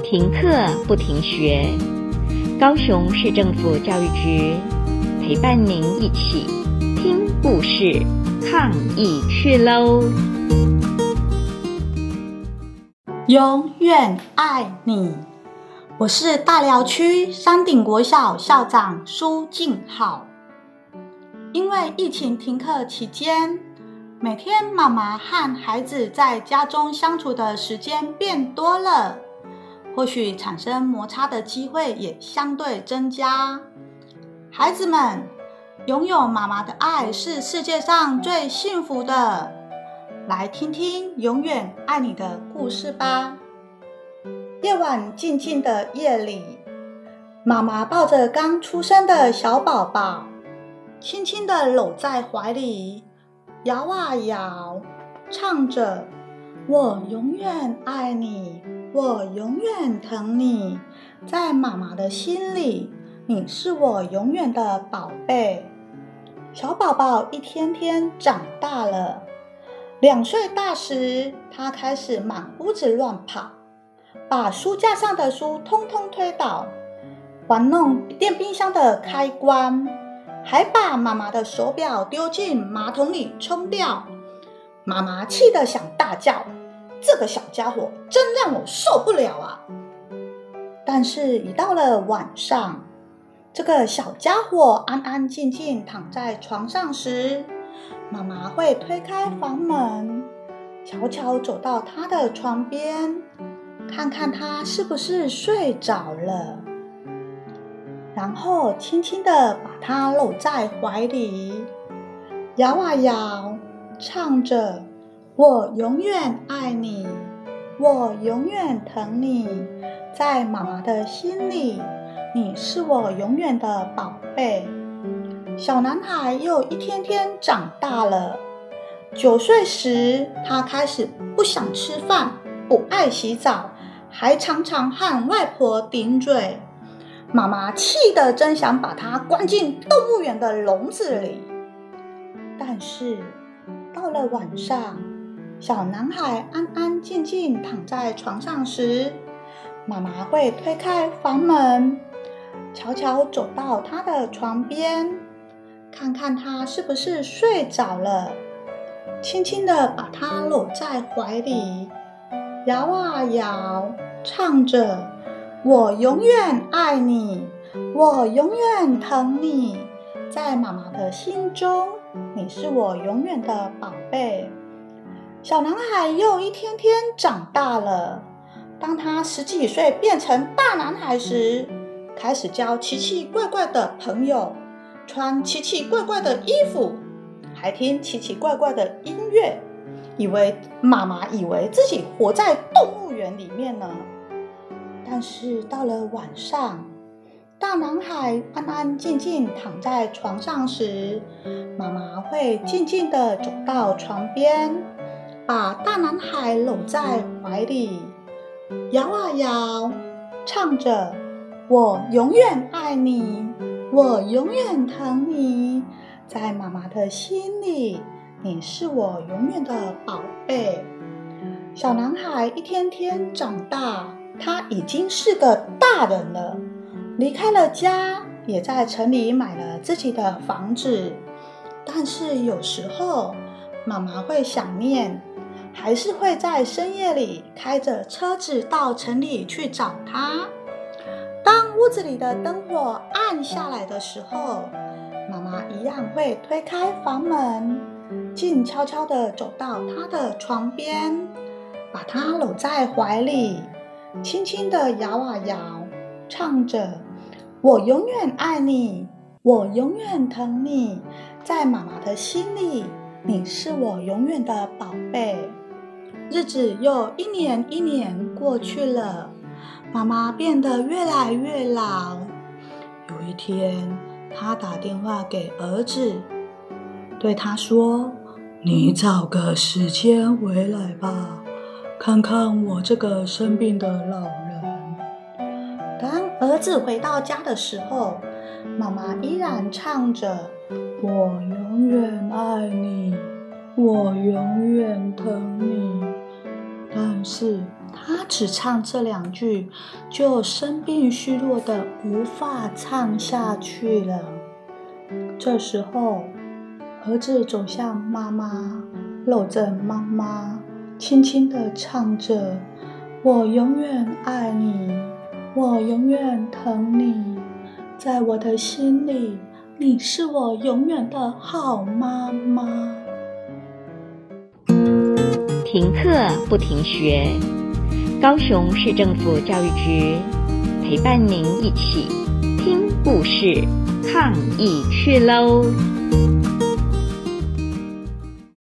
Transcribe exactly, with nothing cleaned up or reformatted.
停课不停学，高雄市政府教育局陪伴您一起听故事、抗疫去喽！ 永远爱你。我是大寮区山顶国小校长苏静浩。因为疫情停课期间，每天妈妈和孩子在家中相处的时间变多了，或许产生摩擦的机会也相对增加。孩子们，拥有妈妈的爱是世界上最幸福的。来听听永远爱你的故事吧。夜晚静静的夜里，妈妈抱着刚出生的小宝宝，轻轻地搂在怀里，摇啊摇，唱着我永远爱你，我永远疼你，在妈妈的心里，你是我永远的宝贝。小宝宝一天天长大了，两岁大时，他开始满屋子乱跑，把书架上的书通通推倒，玩弄电冰箱的开关，还把妈妈的手表丢进马桶里冲掉。妈妈气得想大叫，这个小家伙真让我受不了啊！但是一到了晚上，这个小家伙安安静静躺在床上时，妈妈会推开房门，悄悄走到他的床边，看看他是不是睡着了，然后轻轻地把他搂在怀里，摇啊摇，唱着我永远爱你，我永远疼你，在妈妈的心里，你是我永远的宝贝。小男孩又一天天长大了，九岁时，他开始不想吃饭，不爱洗澡，还常常和外婆顶嘴。妈妈气得真想把他关进动物园的笼子里。但是到了晚上，小男孩安安静静躺在床上时，妈妈会推开房门，悄悄走到他的床边，看看他是不是睡着了，轻轻地把他搂在怀里，摇啊摇，唱着我永远爱你，我永远疼你，在妈妈的心中，你是我永远的宝贝。小男孩又一天天长大了，当他十几岁变成大男孩时，开始交奇奇怪怪的朋友，穿奇奇怪怪的衣服，还听奇奇怪怪的音乐，以为妈妈以为自己活在动物园里面呢。但是到了晚上，大男孩安安静静躺在床上时，妈妈会静静地走到床边，把大男孩搂在怀里，摇啊摇，唱着我永远爱你，我永远疼你，在妈妈的心里，你是我永远的宝贝。小男孩一天天长大，他已经是个大人了，离开了家，也在城里买了自己的房子。但是有时候妈妈会想念，还是会在深夜里开着车子到城里去找他。当屋子里的灯火暗下来的时候，妈妈一样会推开房门，静悄悄地走到他的床边，把他搂在怀里，轻轻地摇啊摇，唱着我永远爱你，我永远疼你，在妈妈的心里，你是我永远的宝贝。日子又一年一年过去了，妈妈变得越来越老。有一天，她打电话给儿子，对他说，你找个时间回来吧，看看我这个生病的老人。当儿子回到家的时候，妈妈依然唱着我永远爱你，我永远疼你。但是他只唱这两句，就生病虚弱的无法唱下去了。这时候，儿子走向妈妈，搂着妈妈，轻轻地唱着：我永远爱你，我永远疼你，在我的心里，你是我永远的好妈妈。 停课不停学，高雄市政府教育局陪伴您一起听故事，抗疫去喽！